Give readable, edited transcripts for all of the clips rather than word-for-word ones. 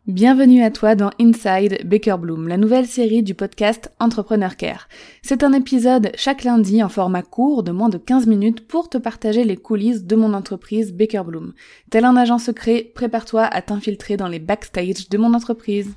Bienvenue à toi dans Inside Baker Bloom, la nouvelle série du podcast Entrepreneur Care. C'est un épisode chaque lundi en format court de moins de 15 minutes pour te partager les coulisses de mon entreprise Baker Bloom. Tel un agent secret, prépare-toi à t'infiltrer dans les backstage de mon entreprise.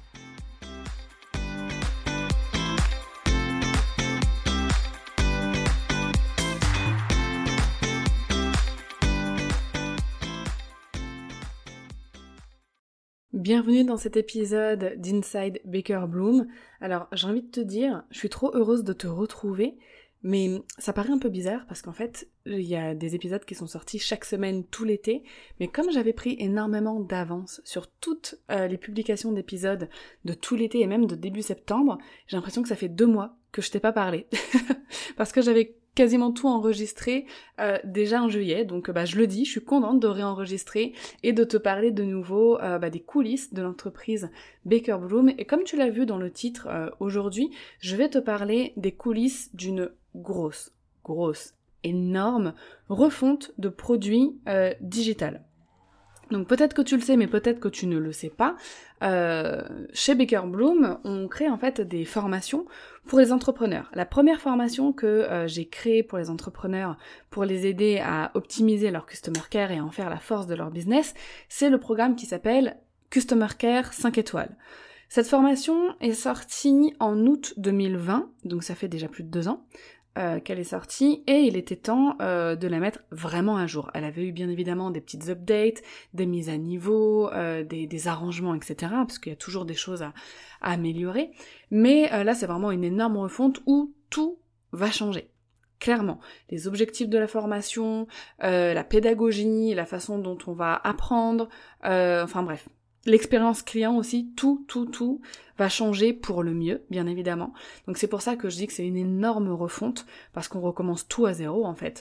Bienvenue dans cet épisode d'Inside Baker Bloom. Alors, j'ai envie de te dire, je suis trop heureuse de te retrouver, mais ça paraît un peu bizarre parce qu'en fait, il y a des épisodes qui sont sortis chaque semaine tout l'été, mais comme j'avais pris énormément d'avance sur toutes les publications d'épisodes de tout l'été et même de début septembre, j'ai l'impression que ça fait 2 mois que je t'ai pas parlé. Parce que j'avais quasiment tout enregistré déjà en juillet, donc je le dis, je suis contente de réenregistrer et de te parler de nouveau des coulisses de l'entreprise Baker Bloom. Et comme tu l'as vu dans le titre aujourd'hui, je vais te parler des coulisses d'une grosse, énorme refonte de produits digital. Donc peut-être que tu le sais, mais peut-être que tu ne le sais pas. Chez Baker Bloom, on crée en fait des formations pour les entrepreneurs. La première formation que j'ai créée pour les entrepreneurs, pour les aider à optimiser leur Customer Care et à en faire la force de leur business, c'est le programme qui s'appelle Customer Care 5 étoiles. Cette formation est sortie en août 2020, donc ça fait déjà plus de 2 ans. Qu'elle est sortie, et il était temps de la mettre vraiment à jour. Elle avait eu bien évidemment des petites updates, des mises à niveau, des arrangements, etc., parce qu'il y a toujours des choses à améliorer, mais là c'est vraiment une énorme refonte où tout va changer. Clairement, les objectifs de la formation, la pédagogie, la façon dont on va apprendre, enfin bref. L'expérience client aussi, tout va changer pour le mieux, bien évidemment. Donc c'est pour ça que je dis que c'est une énorme refonte, parce qu'on recommence tout à zéro en fait.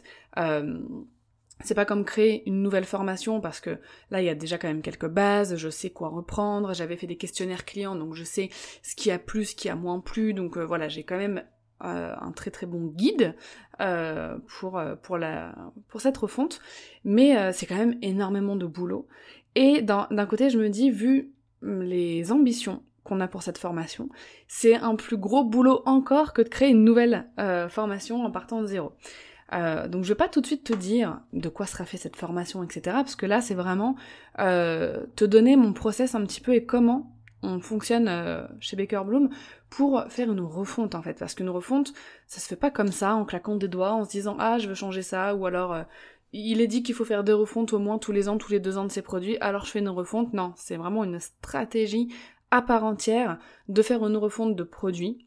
C'est pas comme créer une nouvelle formation, parce que là il y a déjà quand même quelques bases, je sais quoi reprendre, j'avais fait des questionnaires clients, donc je sais ce qui a plu, ce qui a moins plu, donc voilà, j'ai quand même un très bon guide pour cette refonte, mais c'est quand même énormément de boulot. Et d'un côté, je me dis, vu les ambitions qu'on a pour cette formation, c'est un plus gros boulot encore que de créer une nouvelle formation en partant de zéro. Donc je vais pas tout de suite te dire de quoi sera fait cette formation, etc. Parce que là, c'est vraiment te donner mon process un petit peu et comment on fonctionne chez Baker Bloom pour faire une refonte en fait. Parce qu'une refonte, ça se fait pas comme ça, en claquant des doigts, en se disant « Ah, je veux changer ça » ou alors il est dit qu'il faut faire des refontes au moins tous les ans, tous les 2 ans de ces produits, alors je fais une refonte. Non, c'est vraiment une stratégie à part entière de faire une refonte de produits.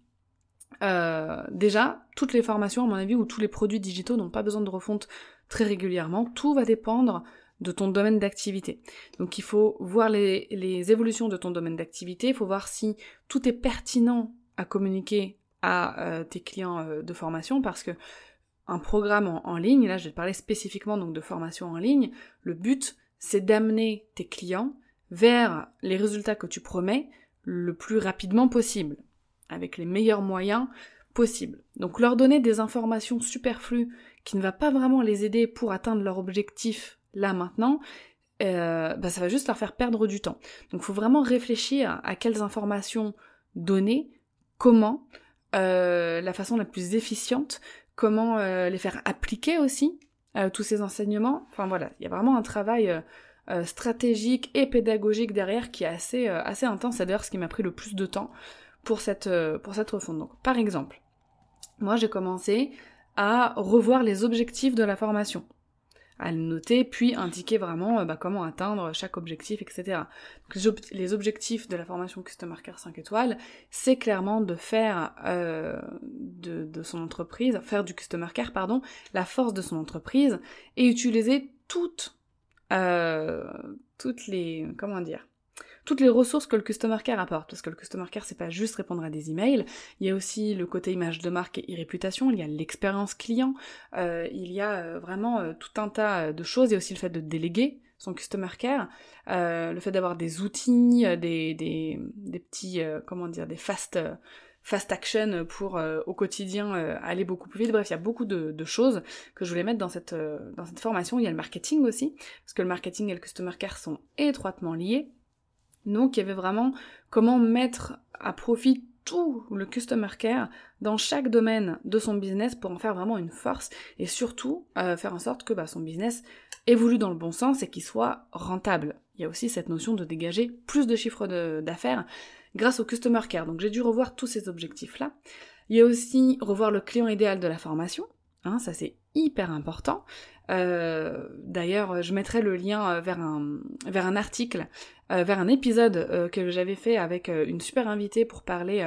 Déjà, toutes les formations, à mon avis, ou tous les produits digitaux n'ont pas besoin de refonte très régulièrement. Tout va dépendre de ton domaine d'activité. Donc il faut voir les évolutions de ton domaine d'activité, il faut voir si tout est pertinent à communiquer à tes clients de formation, parce que un programme en ligne, là je vais te parler spécifiquement donc de formation en ligne, le but c'est d'amener tes clients vers les résultats que tu promets le plus rapidement possible, avec les meilleurs moyens possibles. Donc leur donner des informations superflues qui ne va pas vraiment les aider pour atteindre leur objectif là maintenant, ça va juste leur faire perdre du temps. Donc il faut vraiment réfléchir à quelles informations donner, comment, la façon la plus efficiente, comment les faire appliquer aussi, tous ces enseignements. Enfin voilà, il y a vraiment un travail stratégique et pédagogique derrière qui est assez intense, c'est d'ailleurs ce qui m'a pris le plus de temps pour cette refonte. Donc, par exemple, moi j'ai commencé à revoir les objectifs de la formation, à le noter, puis indiquer vraiment comment atteindre chaque objectif, etc. Donc, les objectifs de la formation Customer Care 5 étoiles, c'est clairement de faire de son entreprise, faire du Customer Care, la force de son entreprise, et utiliser toutes les ressources que le Customer Care apporte, parce que le Customer Care c'est pas juste répondre à des emails, il y a aussi le côté image de marque et réputation, il y a l'expérience client, il y a vraiment tout un tas de choses, il y a aussi le fait de déléguer son Customer Care, le fait d'avoir des outils, des petits, des fast action pour au quotidien aller beaucoup plus vite. Bref, il y a beaucoup de choses que je voulais mettre dans cette formation. Il y a le marketing aussi, parce que le marketing et le Customer Care sont étroitement liés. Donc il y avait vraiment comment mettre à profit tout le customer care dans chaque domaine de son business pour en faire vraiment une force et surtout faire en sorte que son business évolue dans le bon sens et qu'il soit rentable. Il y a aussi cette notion de dégager plus de chiffre d'affaires grâce au customer care. Donc j'ai dû revoir tous ces objectifs-là. Il y a aussi revoir le client idéal de la formation. Ça c'est hyper important. D'ailleurs, je mettrai le lien vers un article, vers un épisode que j'avais fait avec une super invitée pour parler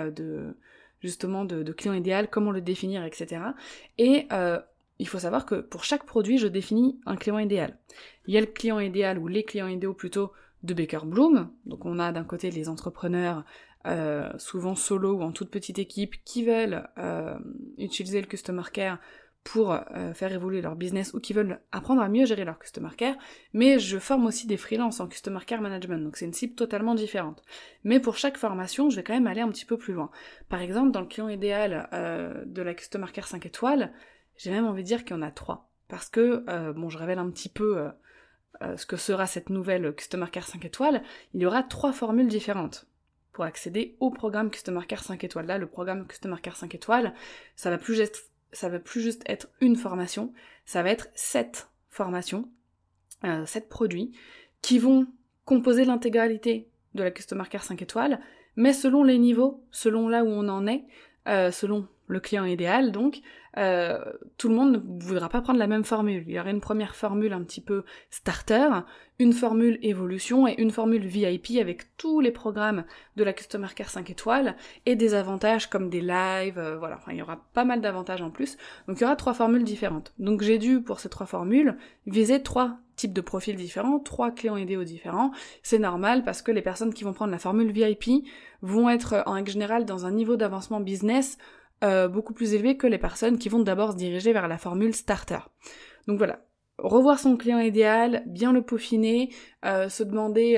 de client idéal, comment le définir, etc. Et il faut savoir que pour chaque produit, je définis un client idéal. Il y a le client idéal, ou les clients idéaux plutôt, de Baker Bloom. Donc on a d'un côté les entrepreneurs, souvent solo ou en toute petite équipe, qui veulent utiliser le customer care pour faire évoluer leur business ou qui veulent apprendre à mieux gérer leur customer care, mais je forme aussi des freelances en customer care management, donc c'est une cible totalement différente. Mais pour chaque formation, je vais quand même aller un petit peu plus loin. Par exemple, dans le client idéal de la customer care 5 étoiles, j'ai même envie de dire qu'il y en a 3. Parce que, je révèle un petit peu ce que sera cette nouvelle customer care 5 étoiles, il y aura 3 formules différentes pour accéder au programme customer care 5 étoiles. Là, le programme customer care 5 étoiles, ça va plus juste être une formation, ça va être 7 formations, 7 produits, qui vont composer l'intégralité de la Customer Care 5 étoiles, mais selon les niveaux, selon là où on en est, selon le client idéal, donc, tout le monde ne voudra pas prendre la même formule. Il y aura une première formule un petit peu starter, une formule évolution et une formule VIP avec tous les programmes de la Customer Care 5 étoiles et des avantages comme des lives, voilà. Enfin, il y aura pas mal d'avantages en plus. Donc il y aura 3 formules différentes. Donc j'ai dû, pour ces 3 formules, viser 3 types de profils différents, 3 clients idéaux différents. C'est normal parce que les personnes qui vont prendre la formule VIP vont être en règle générale dans un niveau d'avancement business beaucoup plus élevé que les personnes qui vont d'abord se diriger vers la formule starter. Donc voilà, revoir son client idéal, bien le peaufiner, se demander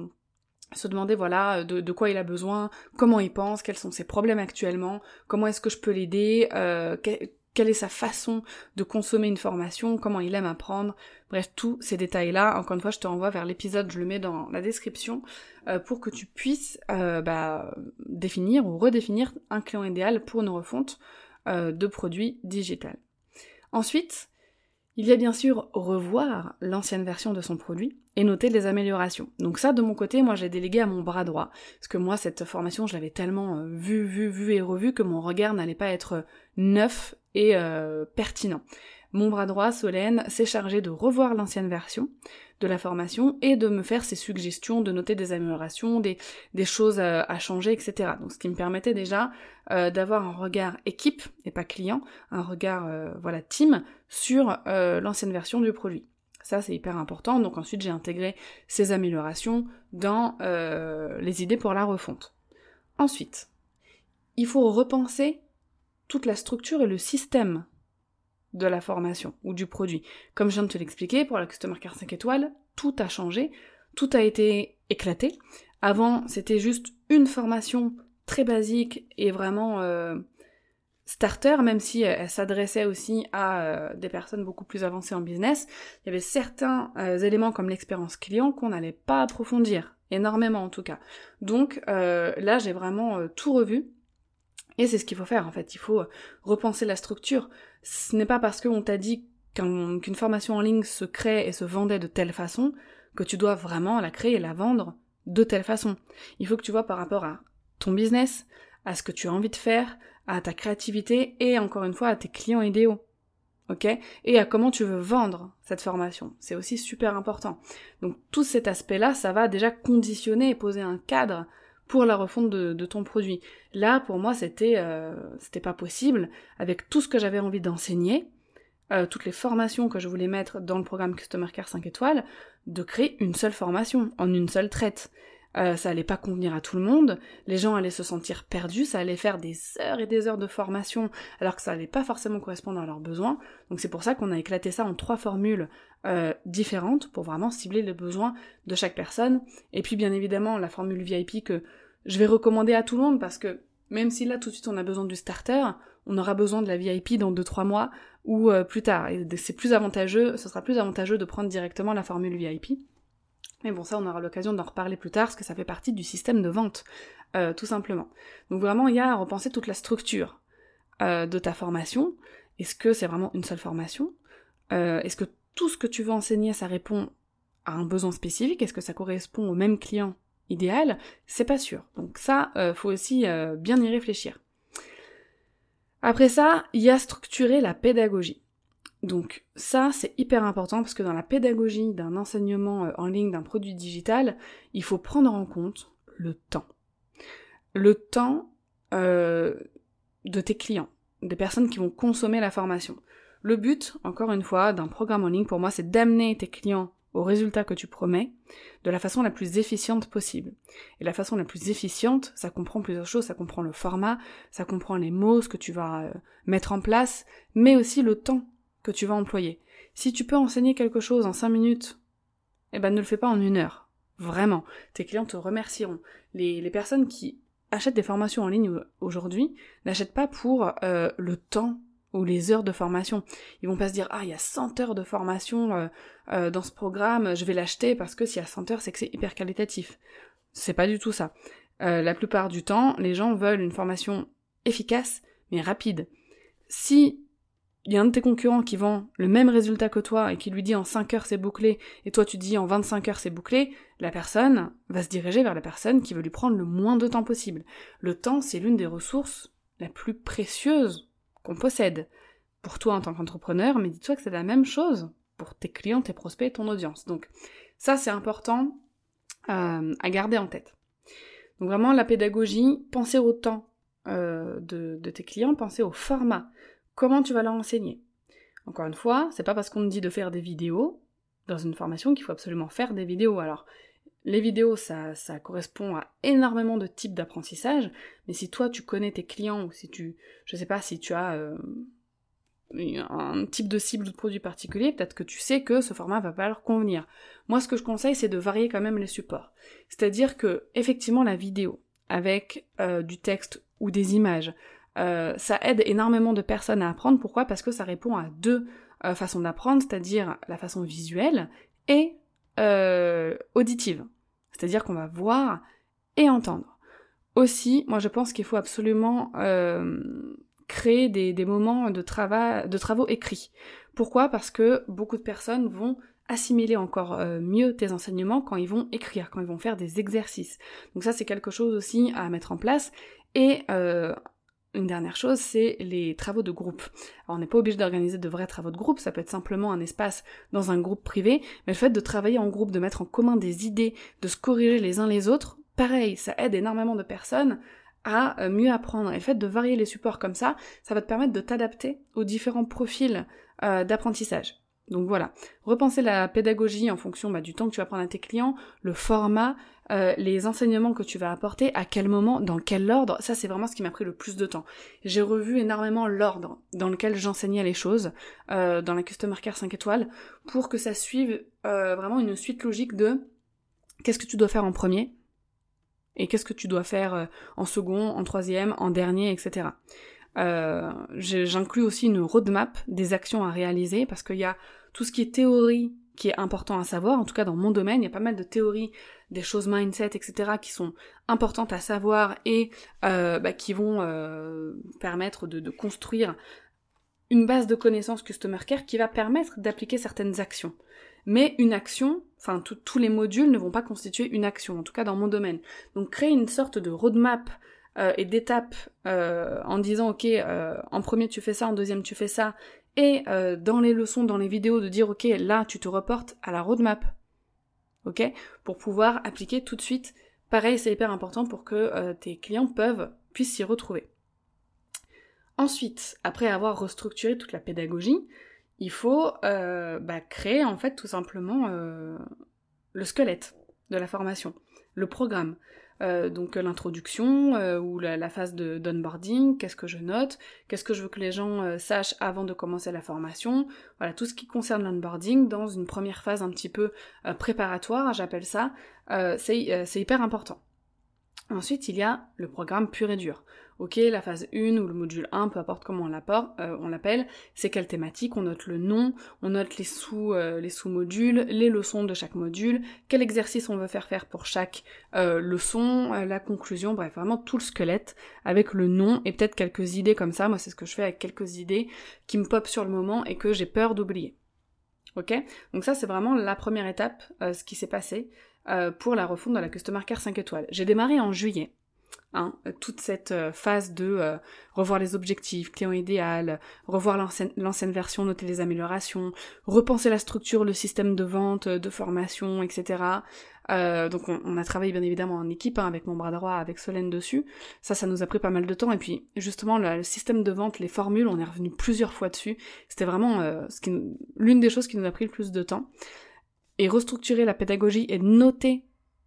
voilà de quoi il a besoin, comment il pense, quels sont ses problèmes actuellement, comment est-ce que je peux l'aider, quelle est sa façon de consommer une formation, comment il aime apprendre, bref, tous ces détails-là, encore une fois, je te renvoie vers l'épisode, je le mets dans la description, pour que tu puisses définir ou redéfinir un client idéal pour une refonte de produits digitales. Ensuite, il y a bien sûr revoir l'ancienne version de son produit et noter les améliorations. Donc ça, de mon côté, moi j'ai délégué à mon bras droit, parce que moi cette formation, je l'avais tellement vue et revue que mon regard n'allait pas être neuf et pertinent. Mon bras droit, Solène, s'est chargé de revoir l'ancienne version de la formation et de me faire ses suggestions, de noter des améliorations, des choses à changer, etc. Donc ce qui me permettait déjà d'avoir un regard équipe et pas client, un regard team sur l'ancienne version du produit. Ça c'est hyper important, donc ensuite j'ai intégré ces améliorations dans les idées pour la refonte. Ensuite, il faut repenser toute la structure et le système de la formation ou du produit. Comme je viens de te l'expliquer, pour la Customer Care 5 étoiles, tout a changé, tout a été éclaté. Avant, c'était juste une formation très basique et vraiment starter, même si elle s'adressait aussi à des personnes beaucoup plus avancées en business. Il y avait certains éléments comme l'expérience client qu'on n'allait pas approfondir, énormément en tout cas. Donc là, j'ai vraiment tout revu. Et c'est ce qu'il faut faire en fait, il faut repenser la structure. Ce n'est pas parce qu'on t'a dit qu'une formation en ligne se crée et se vendait de telle façon que tu dois vraiment la créer et la vendre de telle façon. Il faut que tu vois par rapport à ton business, à ce que tu as envie de faire, à ta créativité et encore une fois à tes clients idéaux. Ok ? Et à comment tu veux vendre cette formation. C'est aussi super important. Donc tout cet aspect-là, ça va déjà conditionner et poser un cadre pour la refonte de ton produit. Là, pour moi, c'était pas possible, avec tout ce que j'avais envie d'enseigner, toutes les formations que je voulais mettre dans le programme Customer Care 5 étoiles, de créer une seule formation, en une seule traite. Ça allait pas convenir à tout le monde, les gens allaient se sentir perdus, ça allait faire des heures et des heures de formation, alors que ça allait pas forcément correspondre à leurs besoins, donc c'est pour ça qu'on a éclaté ça en 3 formules différentes, pour vraiment cibler les besoins de chaque personne, et puis bien évidemment la formule VIP que je vais recommander à tout le monde, parce que même si là tout de suite on a besoin du starter, on aura besoin de la VIP dans 2-3 mois, ou plus tard, et c'est plus avantageux, ce sera plus avantageux de prendre directement la formule VIP. Mais bon, ça on aura l'occasion d'en reparler plus tard, parce que ça fait partie du système de vente, tout simplement. Donc vraiment, il y a à repenser toute la structure de ta formation. Est-ce que c'est vraiment une seule formation ? Est-ce que tout ce que tu veux enseigner, ça répond à un besoin spécifique ? Est-ce que ça correspond au même client idéal ? C'est pas sûr. Donc ça, faut aussi bien y réfléchir. Après ça, il y a structurer la pédagogie. Donc ça, c'est hyper important parce que dans la pédagogie d'un enseignement en ligne, d'un produit digital, il faut prendre en compte le temps. Le temps de tes clients, des personnes qui vont consommer la formation. Le but, encore une fois, d'un programme en ligne, pour moi, c'est d'amener tes clients au résultat que tu promets de la façon la plus efficiente possible. Et la façon la plus efficiente, ça comprend plusieurs choses, ça comprend le format, ça comprend les mots, ce que tu vas mettre en place, mais aussi le temps que tu vas employer. Si tu peux enseigner quelque chose en 5 minutes, eh ben ne le fais pas en 1 heure. Vraiment. Tes clients te remercieront. Les personnes qui achètent des formations en ligne aujourd'hui n'achètent pas pour le temps ou les heures de formation. Ils vont pas se dire « Ah, il y a 100 heures de formation dans ce programme, je vais l'acheter parce que s'il y a 100 heures, c'est que c'est hyper qualitatif. » C'est pas du tout ça. La plupart du temps, les gens veulent une formation efficace, mais rapide. Si il y a un de tes concurrents qui vend le même résultat que toi et qui lui dit en 5 heures c'est bouclé, et toi tu dis en 25 heures c'est bouclé, la personne va se diriger vers la personne qui veut lui prendre le moins de temps possible. Le temps, c'est l'une des ressources la plus précieuse qu'on possède. Pour toi en tant qu'entrepreneur, mais dis-toi que c'est la même chose pour tes clients, tes prospects, ton audience. Donc ça c'est important à garder en tête. Donc vraiment la pédagogie, penser au temps de tes clients, penser au format. Comment tu vas leur enseigner ? Encore une fois, c'est pas parce qu'on te dit de faire des vidéos dans une formation qu'il faut absolument faire des vidéos. Alors, les vidéos, ça correspond à énormément de types d'apprentissage, mais si toi tu connais tes clients, ou si je sais pas, si tu as un type de cible ou de produit particulier, peut-être que tu sais que ce format va pas leur convenir. Moi, ce que je conseille, c'est de varier quand même les supports. C'est-à-dire que, effectivement, la vidéo, avec du texte ou des images, ça aide énormément de personnes à apprendre. Pourquoi ? Parce que ça répond à 2 façons d'apprendre, c'est-à-dire la façon visuelle et auditive. C'est-à-dire qu'on va voir et entendre. Aussi, moi je pense qu'il faut absolument créer des moments de travaux écrits. Pourquoi ? Parce que beaucoup de personnes vont assimiler encore mieux tes enseignements quand ils vont écrire, quand ils vont faire des exercices. Donc ça c'est quelque chose aussi à mettre en place. Et une dernière chose, c'est les travaux de groupe. Alors on n'est pas obligé d'organiser de vrais travaux de groupe, ça peut être simplement un espace dans un groupe privé, mais le fait de travailler en groupe, de mettre en commun des idées, de se corriger les uns les autres, pareil, ça aide énormément de personnes à mieux apprendre. Et le fait de varier les supports comme ça va te permettre de t'adapter aux différents profils d'apprentissage. Donc voilà, repenser la pédagogie en fonction du temps que tu vas prendre à tes clients, le format, les enseignements que tu vas apporter, à quel moment, dans quel ordre, ça c'est vraiment ce qui m'a pris le plus de temps. J'ai revu énormément l'ordre dans lequel j'enseignais les choses, dans la Customer Care 5 étoiles, pour que ça suive vraiment une suite logique de qu'est-ce que tu dois faire en premier, et qu'est-ce que tu dois faire en second, en troisième, en dernier, etc. J'inclus aussi une roadmap des actions à réaliser, parce qu'il y a tout ce qui est théorie qui est important à savoir, en tout cas dans mon domaine, il y a pas mal de théories, des choses mindset, etc. qui sont importantes à savoir et qui vont permettre de construire une base de connaissances Customer Care qui va permettre d'appliquer certaines actions. Mais une action, enfin tous les modules ne vont pas constituer une action, en tout cas dans mon domaine. Donc créer une sorte de roadmap et d'étapes en disant ok, en premier tu fais ça, en deuxième tu fais ça, et dans les leçons, dans les vidéos de dire ok, là tu te reportes à la roadmap, ok, pour pouvoir appliquer tout de suite. Pareil, c'est hyper important pour que tes clients puissent s'y retrouver. Ensuite, après avoir restructuré toute la pédagogie, il faut créer en fait tout simplement le squelette de la formation, le programme. Donc l'introduction ou la phase d'onboarding, qu'est-ce que je note, qu'est-ce que je veux que les gens sachent avant de commencer la formation, voilà, tout ce qui concerne l'onboarding dans une première phase un petit peu préparatoire, j'appelle ça, c'est hyper important. Ensuite, il y a le programme pur et dur. Ok, la phase 1 ou le module 1, peu importe comment on l'appelle, c'est quelle thématique, on note le nom, on note les sous-modules, les leçons de chaque module, quel exercice on veut faire pour chaque leçon, la conclusion, bref, vraiment tout le squelette avec le nom et peut-être quelques idées comme ça. Moi, c'est ce que je fais avec quelques idées qui me popent sur le moment et que j'ai peur d'oublier. Ok ? Donc ça, c'est vraiment la première étape, ce qui s'est passé pour la refonte de la Customer Care 5 étoiles. J'ai démarré en juillet, toute cette phase de revoir les objectifs, client idéal, revoir l'ancienne version, noter les améliorations, repenser la structure, le système de vente, de formation, etc. Donc on a travaillé bien évidemment en équipe, avec mon bras droit, avec Solène dessus. Ça nous a pris pas mal de temps, et puis justement le système de vente, les formules, on est revenu plusieurs fois dessus. C'était vraiment l'une des choses qui nous a pris le plus de temps. Et restructurer la pédagogie et noter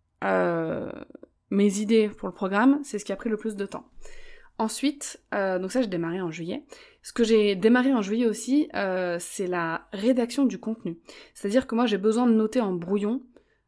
mes idées pour le programme, c'est ce qui a pris le plus de temps. Ensuite, donc ça j'ai démarré en juillet. Ce que j'ai démarré en juillet aussi, c'est la rédaction du contenu. C'est-à-dire que moi j'ai besoin de noter en brouillon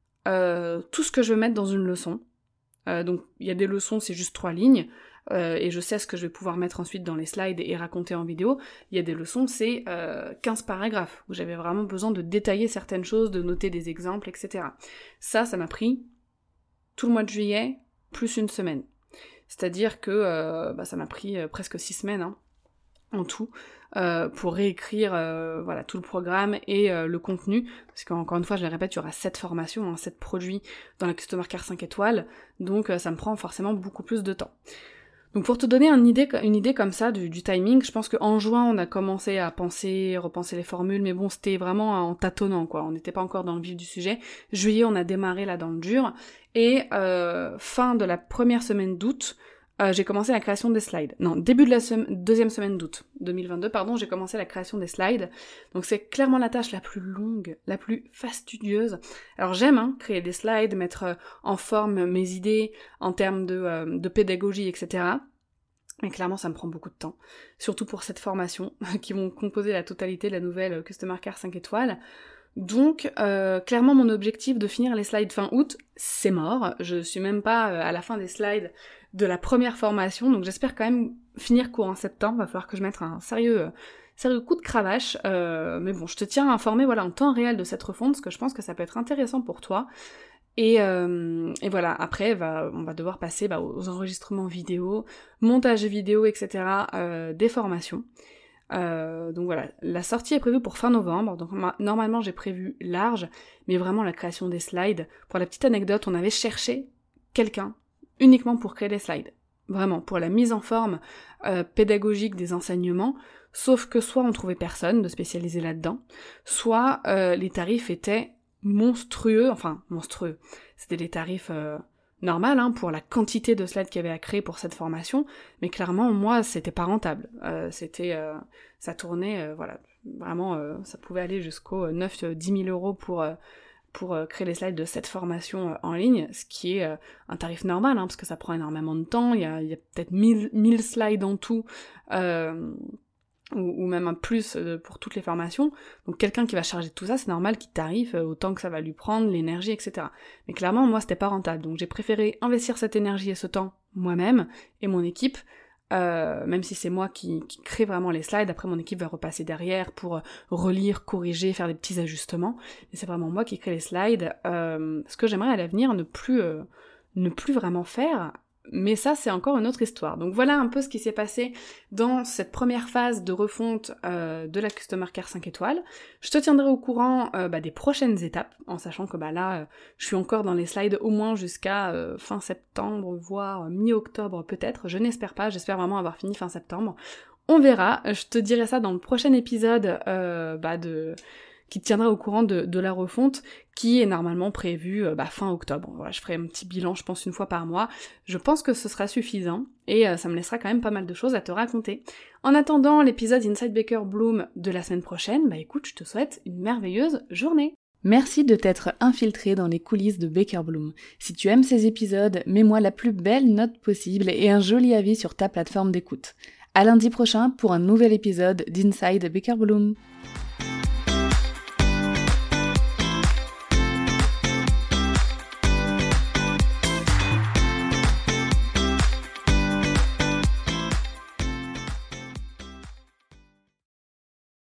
tout ce que je veux mettre dans une leçon. Donc il y a des leçons, c'est juste 3 lignes, et je sais ce que je vais pouvoir mettre ensuite dans les slides et raconter en vidéo. Il y a des leçons, c'est 15 paragraphes, où j'avais vraiment besoin de détailler certaines choses, de noter des exemples, etc. Ça m'a pris tout le mois de juillet, plus une semaine. C'est-à-dire que ça m'a pris presque 6 semaines, en tout, pour réécrire tout le programme et le contenu, parce qu'encore une fois, je le répète, il y aura 7 formations, 7 produits dans la Customer Care 5 étoiles, donc ça me prend forcément beaucoup plus de temps. Donc pour te donner une idée comme ça du timing, je pense qu'en juin, on a commencé à repenser les formules, mais bon, c'était vraiment en tâtonnant, quoi. On n'était pas encore dans le vif du sujet. Juillet, on a démarré là dans le dur, et fin de la première semaine d'août, j'ai commencé la création des slides. Non, début de la deuxième semaine d'août 2022, j'ai commencé la création des slides. Donc c'est clairement la tâche la plus longue, la plus fastidieuse. Alors j'aime créer des slides, mettre en forme mes idées en termes de pédagogie, etc. Mais clairement, ça me prend beaucoup de temps. Surtout pour cette formation, qui vont composer la totalité de la nouvelle Customer Care 5 étoiles. Donc, clairement, mon objectif de finir les slides fin août, c'est mort. Je suis même pas à la fin des slides de la première formation, donc j'espère quand même finir courant septembre. Va falloir que je mette un sérieux coup de cravache. Mais bon, je te tiens informé, en temps réel de cette refonte, parce que je pense que ça peut être intéressant pour toi. Et voilà, après, on va devoir passer aux enregistrements vidéo, montage vidéo, etc., des formations. Donc voilà, la sortie est prévue pour fin novembre, donc normalement j'ai prévu large, mais vraiment la création des slides. Pour la petite anecdote, on avait cherché quelqu'un uniquement pour créer des slides. Vraiment, pour la mise en forme pédagogique des enseignements, sauf que soit on trouvait personne de spécialisé là-dedans, soit les tarifs étaient monstrueux. C'était des tarifs normal pour la quantité de slides qu'il y avait à créer pour cette formation, mais clairement moi c'était pas rentable. Ça tournait, vraiment ça pouvait aller jusqu'aux 9-10 000 euros pour créer les slides de cette formation en ligne, ce qui est un tarif normal, parce que ça prend énormément de temps. Il y a peut-être 1000 slides en tout, ou même un plus pour toutes les formations. Donc quelqu'un qui va charger de tout ça, c'est normal qu'il tarife autant que ça va lui prendre, l'énergie, etc. Mais clairement, moi, c'était pas rentable. Donc j'ai préféré investir cette énergie et ce temps moi-même et mon équipe, même si c'est moi qui crée vraiment les slides. Après, mon équipe va repasser derrière pour relire, corriger, faire des petits ajustements. Mais c'est vraiment moi qui crée les slides. Ce que j'aimerais à l'avenir ne plus vraiment faire. Mais ça, c'est encore une autre histoire. Donc voilà un peu ce qui s'est passé dans cette première phase de refonte de la Customer Care 5 étoiles. Je te tiendrai au courant des prochaines étapes, en sachant que là, je suis encore dans les slides au moins jusqu'à fin septembre, voire mi-octobre peut-être. Je n'espère pas, j'espère vraiment avoir fini fin septembre. On verra, je te dirai ça dans le prochain épisode qui te tiendra au courant de la refonte, qui est normalement prévue fin octobre. Voilà, je ferai un petit bilan, je pense, une fois par mois. Je pense que ce sera suffisant, et ça me laissera quand même pas mal de choses à te raconter. En attendant l'épisode Inside Baker Bloom de la semaine prochaine, écoute, je te souhaite une merveilleuse journée. Merci de t'être infiltré dans les coulisses de Baker Bloom. Si tu aimes ces épisodes, mets-moi la plus belle note possible et un joli avis sur ta plateforme d'écoute. À lundi prochain pour un nouvel épisode d'Inside Baker Bloom.